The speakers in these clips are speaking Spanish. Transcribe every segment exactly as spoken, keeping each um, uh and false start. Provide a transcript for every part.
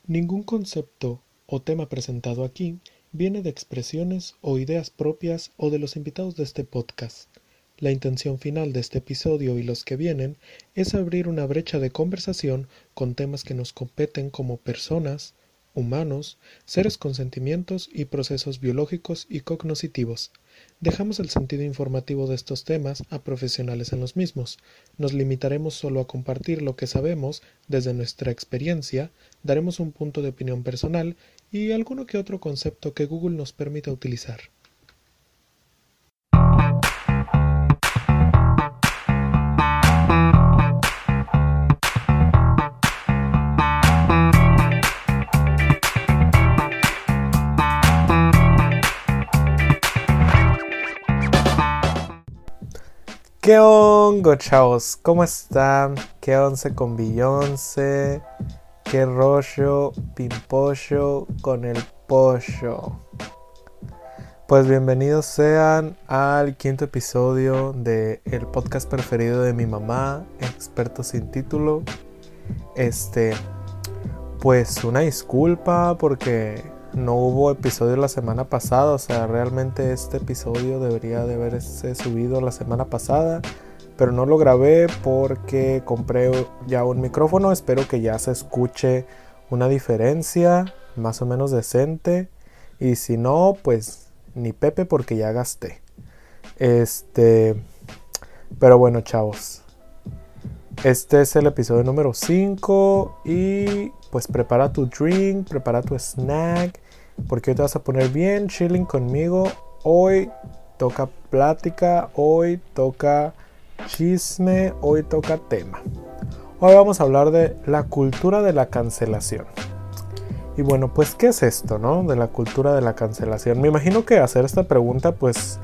Ningún concepto o tema presentado aquí viene de expresiones o ideas propias o de los invitados de este podcast. La intención final de este episodio y los que vienen es abrir una brecha de conversación con temas que nos competen como personas, humanos, seres con sentimientos y procesos biológicos y cognitivos. Dejamos el sentido informativo de estos temas a profesionales en los mismos. Nos limitaremos solo a compartir lo que sabemos desde nuestra experiencia, daremos un punto de opinión personal y alguno que otro concepto que Google nos permita utilizar. ¿Qué hongo, chavos? ¿Cómo están? ¿Qué once con Beyoncé? ¿Qué rollo pimpollo con el pollo? Pues bienvenidos sean al quinto episodio de el podcast preferido de mi mamá, Experto sin título. Este, pues una disculpa porque no hubo episodio la semana pasada, o sea, realmente este episodio debería de haberse subido la semana pasada, pero no lo grabé porque compré ya un micrófono. Espero que ya se escuche una diferencia más o menos decente, y si no, pues ni pepe porque ya gasté. Este, pero bueno, chavos, este es el episodio número cinco y pues prepara tu drink, prepara tu snack, porque hoy te vas a poner bien chilling conmigo. Hoy toca plática, hoy toca chisme, hoy toca tema. Hoy vamos a hablar de la cultura de la cancelación. Y bueno, pues ¿qué es esto, no? De la cultura de la cancelación. Me imagino que hacer esta pregunta pues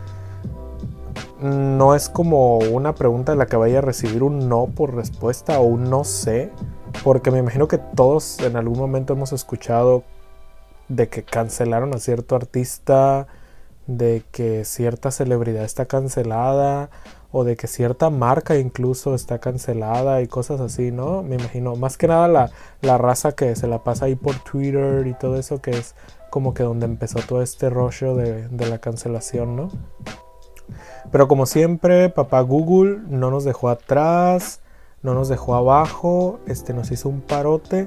no es como una pregunta en la que vaya a recibir un no por respuesta o un no sé, porque me imagino que todos en algún momento hemos escuchado de que cancelaron a cierto artista, de que cierta celebridad está cancelada, o de que cierta marca incluso está cancelada y cosas así, ¿no? Me imagino, más que nada la, la raza que se la pasa ahí por Twitter y todo eso, que es como que donde empezó todo este rollo de, de la cancelación, ¿no? Pero como siempre, papá Google no nos dejó atrás, no nos dejó abajo, este, nos hizo un parote.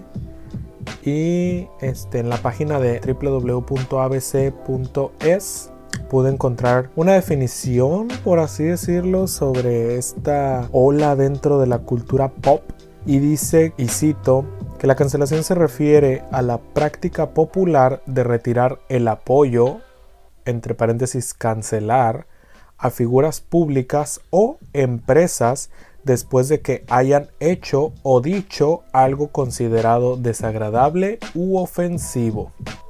Y este, en la página de doble u doble u doble u punto a b c punto es pude encontrar una definición, por así decirlo, sobre esta ola dentro de la cultura pop. Y dice, y cito, que la cancelación se refiere a la práctica popular de retirar el apoyo, entre paréntesis cancelar, a figuras públicas o empresas después de que hayan hecho o dicho algo considerado desagradable u ofensivo.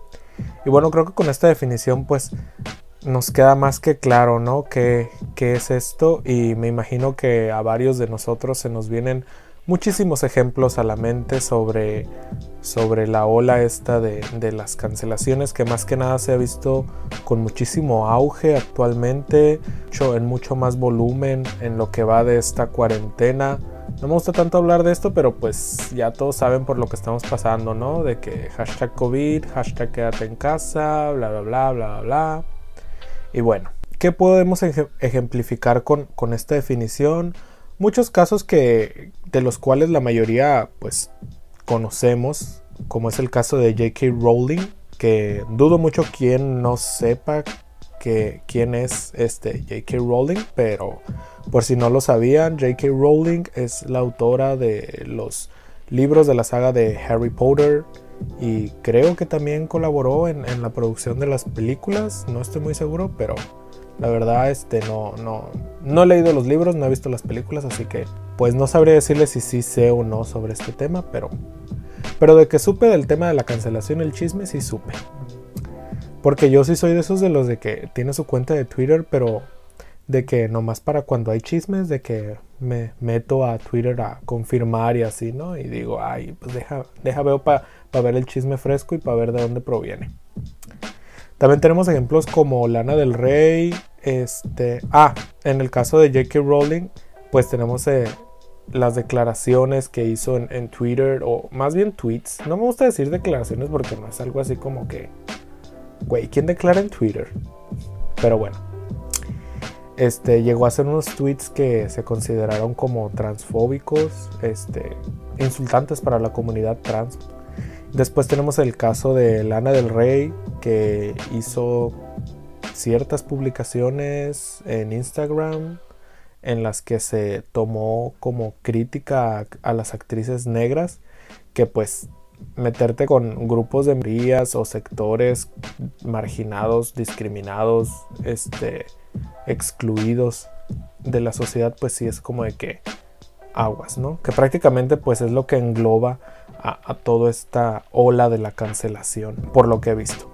Y bueno, creo que con esta definición pues nos queda más que claro, ¿no? ¿Qué, qué es esto? Y me imagino que a varios de nosotros se nos vienen muchísimos ejemplos a la mente sobre, sobre la ola esta de, de las cancelaciones, que más que nada se ha visto con muchísimo auge actualmente, en mucho más volumen en lo que va de esta cuarentena. No me gusta tanto hablar de esto, pero pues ya todos saben por lo que estamos pasando, ¿no? De que hashtag COVID, hashtag quédate en casa, bla bla bla bla bla bla. Y bueno, ¿qué podemos ejemplificar con, con esta definición? Muchos casos que, de los cuales la mayoría pues conocemos, como es el caso de J K Rowling, que dudo mucho quien no sepa que, quién es este J K Rowling, pero por si no lo sabían, J K Rowling es la autora de los libros de la saga de Harry Potter y creo que también colaboró en, en la producción de las películas, no estoy muy seguro, pero la verdad este no, no, no he leído los libros, no he visto las películas, así que pues no sabría decirles si sí sé o no sobre este tema, pero, pero de que supe del tema de la cancelación, el chisme, sí supe. Porque yo sí soy de esos de los de que tiene su cuenta de Twitter, pero de que nomás para cuando hay chismes, de que me meto a Twitter a confirmar y así, ¿no? Y digo, ay, pues deja, deja veo para pa ver el chisme fresco y para ver de dónde proviene. También tenemos ejemplos como Lana del Rey, este, ah, en el caso de J K Rowling, pues tenemos eh, las declaraciones que hizo en, en Twitter, o más bien tweets. No me gusta decir declaraciones porque no es algo así como que, güey, ¿quién declara en Twitter? Pero bueno, este, llegó a hacer unos tweets que se consideraron como transfóbicos, este, insultantes para la comunidad trans. Después tenemos el caso de Lana del Rey, que hizo ciertas publicaciones en Instagram en las que se tomó como crítica a, a las actrices negras, que pues meterte con grupos de minorías o sectores marginados, discriminados, este, excluidos de la sociedad, pues sí es como de que aguas, ¿no? Que prácticamente pues es lo que engloba a, a toda esta ola de la cancelación, por lo que he visto.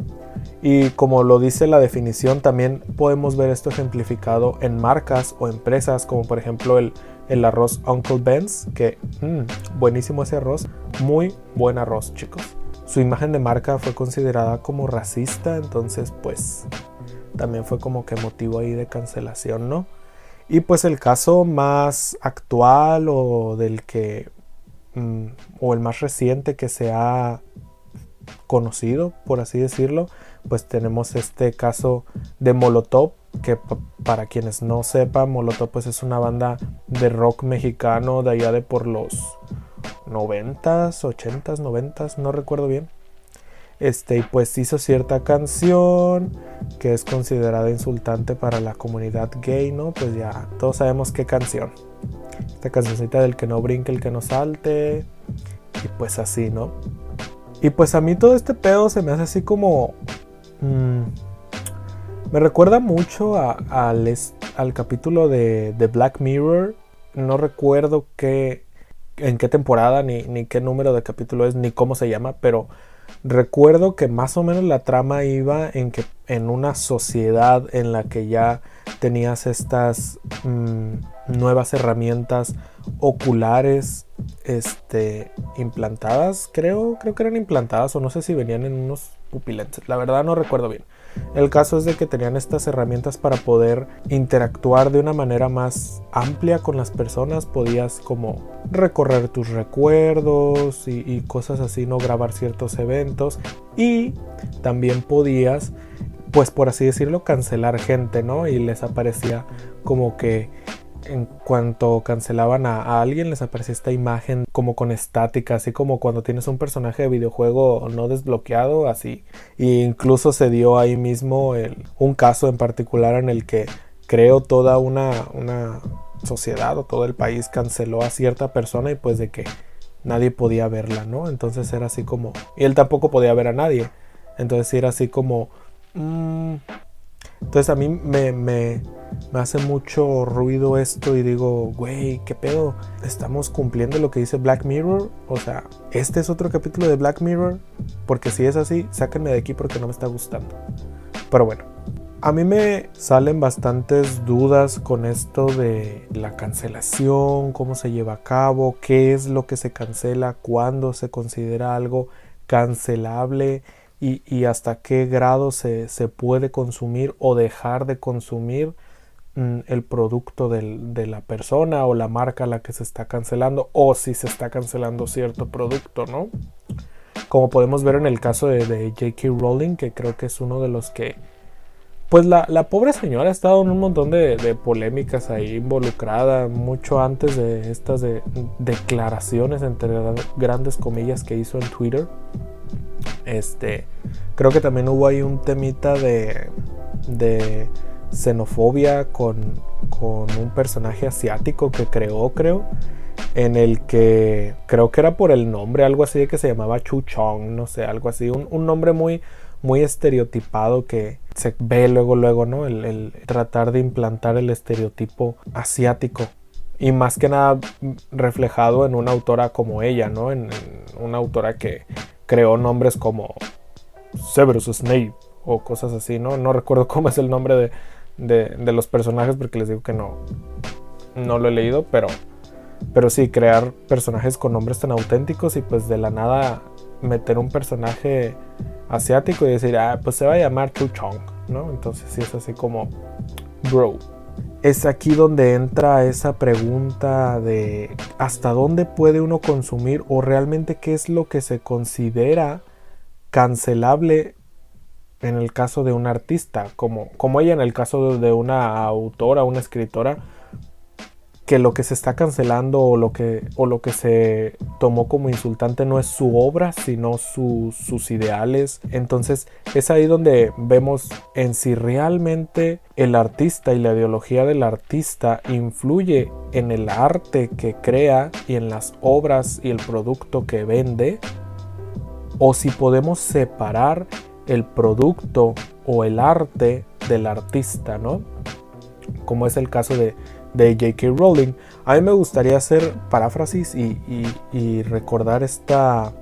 Y como lo dice la definición, también podemos ver esto ejemplificado en marcas o empresas, como por ejemplo el, el arroz Uncle Ben's, que mmm, buenísimo ese arroz, muy buen arroz, chicos. Su imagen de marca fue considerada como racista, entonces pues también fue como que motivo ahí de cancelación, ¿no? Y pues el caso más actual o del que mmm, o el más reciente que se ha conocido, por así decirlo, pues tenemos este caso de Molotov, que p- para quienes no sepan, Molotov pues es una banda de rock mexicano de allá de por los noventas, ochentas, noventas, no recuerdo bien. Este, y pues hizo cierta canción que es considerada insultante para la comunidad gay, ¿no? Pues ya todos sabemos qué canción. Esta cancioncita del que no brinque, el que no salte, y pues así, ¿no? Y pues a mí todo este pedo se me hace así como... Mmm, me recuerda mucho a, a al, al capítulo de, de Black Mirror. No recuerdo qué, en qué temporada, ni, ni qué número de capítulo es, ni cómo se llama, pero recuerdo que más o menos la trama iba en que en una sociedad en la que ya tenías estas mmm, nuevas herramientas oculares este, implantadas, creo, creo que eran implantadas, o no sé si venían en unos pupilentes, la verdad no recuerdo bien. El caso es de que tenían estas herramientas para poder interactuar de una manera más amplia con las personas. Podías como recorrer tus recuerdos y, y cosas así, no grabar ciertos eventos, y también podías, pues por así decirlo, cancelar gente, ¿no? Y les aparecía como que en cuanto cancelaban a, a alguien les aparecía esta imagen como con estática, así como cuando tienes un personaje de videojuego no desbloqueado, así. E incluso se dio ahí mismo el, un caso en particular en el que creo toda una, una sociedad o todo el país canceló a cierta persona y pues de que nadie podía verla, ¿no? Entonces era así como... Y él tampoco podía ver a nadie. Entonces era así como... Mmm, entonces a mí me, me, me hace mucho ruido esto y digo, güey, ¿qué pedo? ¿Estamos cumpliendo lo que dice Black Mirror? O sea, ¿este es otro capítulo de Black Mirror? Porque si es así, sáquenme de aquí porque no me está gustando. Pero bueno, a mí me salen bastantes dudas con esto de la cancelación, cómo se lleva a cabo, qué es lo que se cancela, cuándo se considera algo cancelable. Y, y hasta qué grado se, se puede consumir o dejar de consumir mm, el producto del, de la persona o la marca a la que se está cancelando, o si se está cancelando cierto producto, ¿no? Como podemos ver en el caso de, de J K Rowling, que creo que es uno de los que... Pues la, la pobre señora ha estado en un montón de, de polémicas ahí involucrada, mucho antes de estas de, declaraciones, entre grandes comillas, que hizo en Twitter. Este, creo que también hubo ahí un temita de, de xenofobia con, con un personaje asiático que creó, creo, en el que creo que era por el nombre, algo así de que se llamaba Chu Chong, no sé, algo así, un, un nombre muy, muy estereotipado que se ve luego, luego, ¿no? El, el tratar de implantar el estereotipo asiático. Y más que nada reflejado en una autora como ella, ¿no? En, en una autora que creó nombres como Severus Snape o cosas así, ¿no? No recuerdo cómo es el nombre de, de, de los personajes porque les digo que no, no lo he leído, pero, pero sí, crear personajes con nombres tan auténticos y pues de la nada meter un personaje asiático y decir, ah, pues se va a llamar Chu Chong, ¿no? Entonces sí es así como, bro. es aquí donde entra esa pregunta de hasta dónde puede uno consumir o realmente qué es lo que se considera cancelable en el caso de un artista, como, como ella en el caso de, de una autora, una escritora, que lo que se está cancelando o lo que, o lo que se tomó como insultante no es su obra, sino su, sus ideales. Entonces es ahí donde vemos en si realmente el artista y la ideología del artista influye en el arte que crea y en las obras y el producto que vende, o si podemos separar el producto o el arte del artista, ¿no? Como es el caso de de J K Rowling. A mí me gustaría hacer paráfrasis y, y, y recordar esta,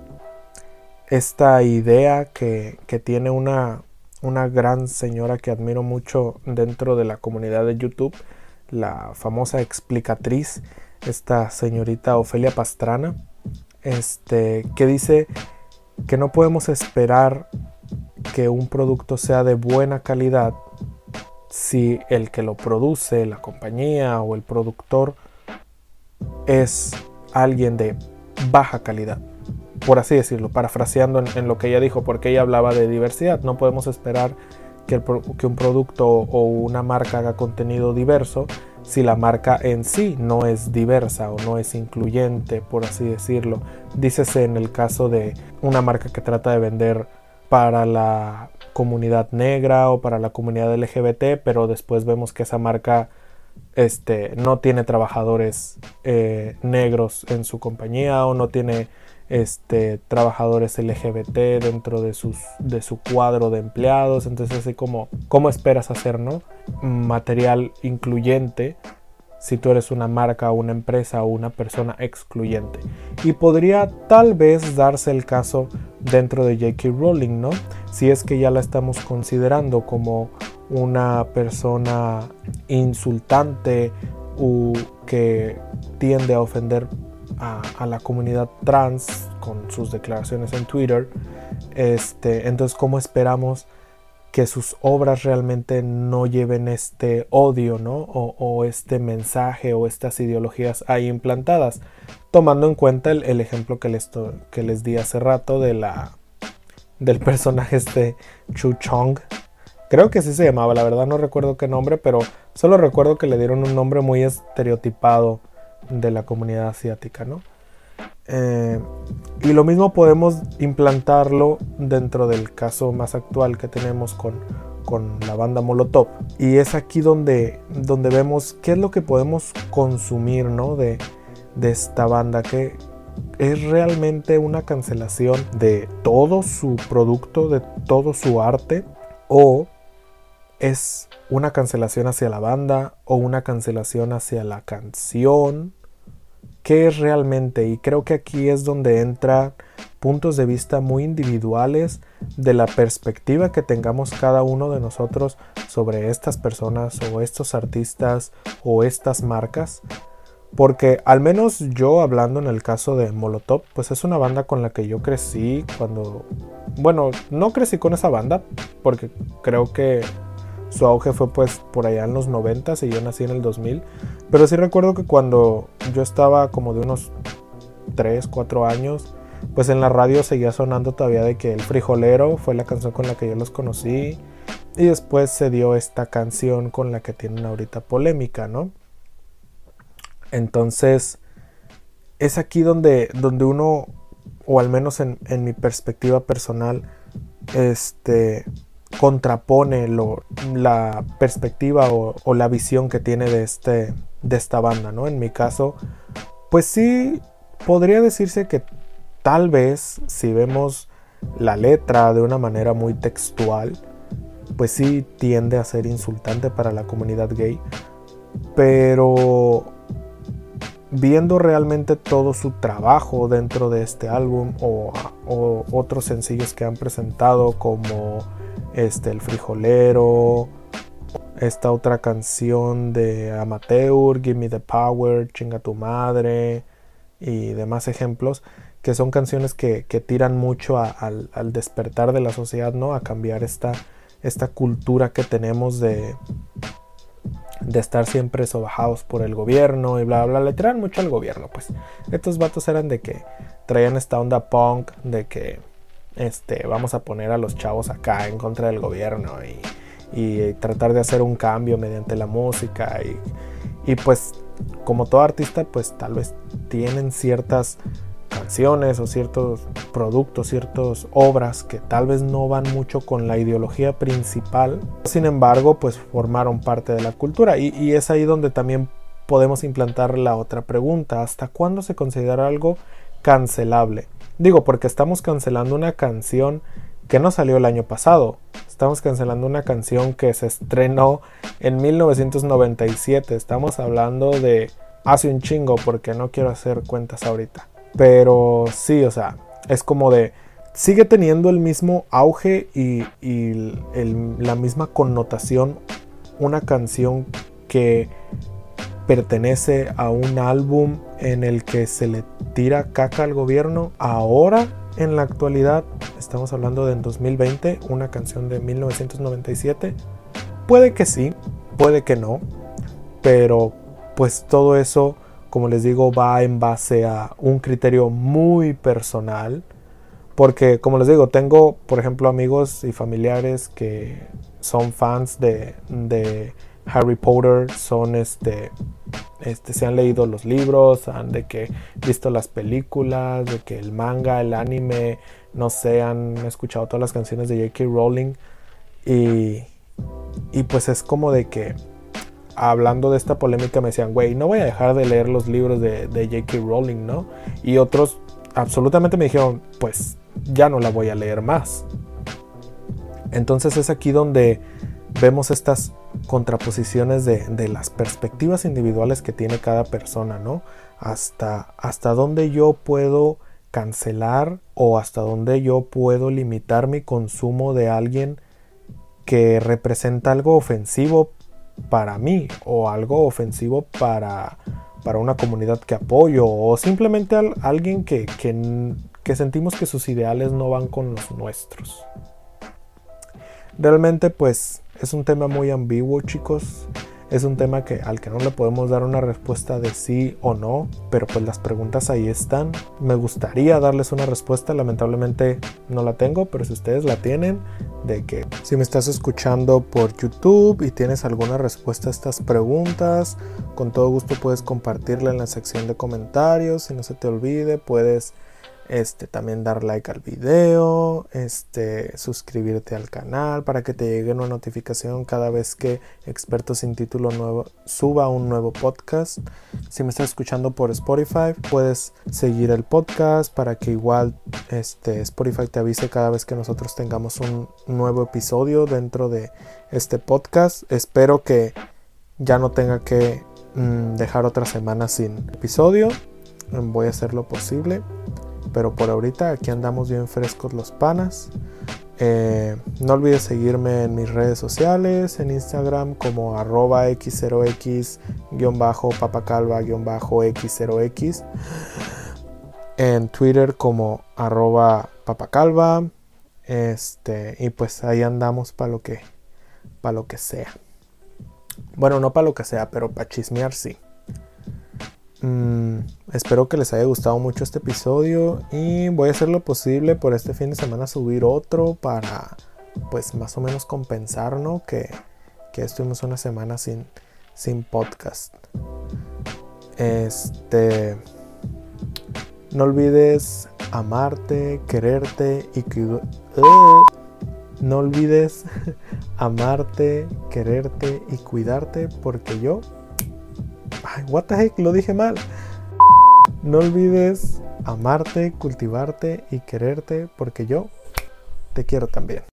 esta idea que, que tiene una, una gran señora que admiro mucho dentro de la comunidad de YouTube, la famosa explicatriz, esta señorita Ofelia Pastrana, este, que dice que no podemos esperar que un producto sea de buena calidad si el que lo produce, la compañía o el productor, es alguien de baja calidad, por así decirlo, parafraseando en, en lo que ella dijo, porque ella hablaba de diversidad. No podemos esperar que, el, que un producto o una marca haga contenido diverso si la marca en sí no es diversa o no es incluyente, por así decirlo. Dícese en el caso de una marca que trata de vender para la comunidad negra o para la comunidad L G B T, pero después vemos que esa marca este, no tiene trabajadores eh, negros en su compañía o no tiene este, trabajadores L G B T dentro de, sus, de su cuadro de empleados. Entonces así como, ¿cómo esperas hacer, no? material incluyente si tú eres una marca, una empresa o una persona excluyente? Y podría tal vez darse el caso dentro de J K Rowling, ¿no? Si es que ya la estamos considerando como una persona insultante o que tiende a ofender a, a la comunidad trans con sus declaraciones en Twitter, este, entonces ¿cómo esperamos que sus obras realmente no lleven este odio, ¿no? O, o este mensaje o estas ideologías ahí implantadas, tomando en cuenta el, el ejemplo que les, to, que les di hace rato de la, del personaje este Chu Chong. Creo que así se llamaba, la verdad no recuerdo qué nombre, pero solo recuerdo que le dieron un nombre muy estereotipado de la comunidad asiática, ¿no? Eh, y lo mismo podemos implantarlo dentro del caso más actual que tenemos con, con la banda Molotov. Y es aquí donde, donde vemos qué es lo que podemos consumir, ¿no? de, de esta banda, que es realmente una cancelación de todo su producto, de todo su arte, o es una cancelación hacia la banda o una cancelación hacia la canción. ¿Qué es realmente? Y creo que aquí es donde entran puntos de vista muy individuales de la perspectiva que tengamos cada uno de nosotros sobre estas personas o estos artistas o estas marcas. Porque al menos yo, hablando en el caso de Molotov, pues es una banda con la que yo crecí cuando... Bueno, no crecí con esa banda porque creo que su auge fue pues por allá en los noventas y yo nací en el dos mil. Pero sí recuerdo que cuando yo estaba como de unos tres, cuatro años, pues en la radio seguía sonando todavía de que El Frijolero fue la canción con la que yo los conocí. Y después se dio esta canción con la que tienen ahorita polémica, ¿no? Entonces es aquí donde, donde uno, o al menos en, en mi perspectiva personal, este... contrapone lo, la perspectiva o, o la visión que tiene de, este, de esta banda, ¿no? En mi caso, pues sí, podría decirse que tal vez si vemos la letra de una manera muy textual, pues sí tiende a ser insultante para la comunidad gay, pero viendo realmente todo su trabajo dentro de este álbum o, o otros sencillos que han presentado como Este, El Frijolero, esta otra canción de Amateur, Give Me the Power, Chinga tu Madre y demás ejemplos, que son canciones que, que tiran mucho a, al, al despertar de la sociedad, ¿no? A cambiar esta, esta cultura que tenemos de, de estar siempre sobajados por el gobierno y bla bla, le tiran mucho al gobierno. Pues estos vatos eran de que traían esta onda punk de que este vamos a poner a los chavos acá en contra del gobierno y, y tratar de hacer un cambio mediante la música y, y pues como todo artista pues tal vez tienen ciertas canciones o ciertos productos, ciertas obras que tal vez no van mucho con la ideología principal, sin embargo pues formaron parte de la cultura y, y es ahí donde también podemos implantar la otra pregunta: ¿hasta cuándo se considera algo cancelable? Digo, porque estamos cancelando una canción que no salió el año pasado, estamos cancelando una canción que se estrenó en mil novecientos noventa y siete, estamos hablando de hace un chingo, porque no quiero hacer cuentas ahorita. Pero sí, o sea, es como de... sigue teniendo el mismo auge y, y el, la misma connotación una canción que pertenece a un álbum en el que se le tira caca al gobierno. Ahora, en la actualidad, estamos hablando de en dos mil veinte, una canción de mil novecientos noventa y siete. Puede que sí, puede que no, pero pues todo eso, como les digo, va en base a un criterio muy personal. Porque, como les digo, tengo, por ejemplo, amigos y familiares que son fans de, de Harry Potter, son este, este, se han leído los libros, han de que visto las películas, de que el manga, el anime, no sé, han escuchado todas las canciones de J K Rowling. Y, y pues es como de que, hablando de esta polémica, me decían, güey, no voy a dejar de leer los libros de, de J K Rowling, ¿no? Y otros absolutamente me dijeron, pues ya no la voy a leer más. Entonces es aquí donde vemos estas contraposiciones de, de las perspectivas individuales que tiene cada persona, ¿no? Hasta, hasta dónde yo puedo cancelar o hasta dónde yo puedo limitar mi consumo de alguien que representa algo ofensivo para mí o algo ofensivo para, para una comunidad que apoyo o simplemente a alguien que, que, que sentimos que sus ideales no van con los nuestros. Realmente pues es un tema muy ambiguo, chicos. Es un tema que, al que no le podemos dar una respuesta de sí o no, pero pues las preguntas ahí están. Me gustaría darles una respuesta, lamentablemente no la tengo, pero si ustedes la tienen, de que si me estás escuchando por YouTube y tienes alguna respuesta a estas preguntas, con todo gusto puedes compartirla en la sección de comentarios. Y no se te olvide, puedes Este, también dar like al video, este, suscribirte al canal para que te llegue una notificación cada vez que Experto Sin Título nuevo, suba un nuevo podcast. Si me estás escuchando por Spotify, puedes seguir el podcast para que igual este, Spotify te avise cada vez que nosotros tengamos un nuevo episodio dentro de este podcast. Espero que ya no tenga que mmm, dejar otra semana sin episodio. Voy a hacer lo posible. Pero por ahorita aquí andamos bien frescos los panas. Eh, no olvides seguirme en mis redes sociales, en Instagram como arroba x cero x guión bajo papacalva guión bajo x cero x. En Twitter como arroba papacalva. Este, y pues ahí andamos para lo que, para lo que sea. Bueno, no para lo que sea, pero para chismear sí. Mm, espero que les haya gustado mucho este episodio y voy a hacer lo posible por este fin de semana subir otro para pues más o menos compensar, ¿no? que, que estuvimos una semana sin, sin podcast. Este, no olvides amarte, quererte y cuidar. Uh, no olvides amarte, quererte y cuidarte, porque yo Ay, what the heck, lo dije mal. No olvides amarte, cultivarte y quererte, porque yo te quiero también.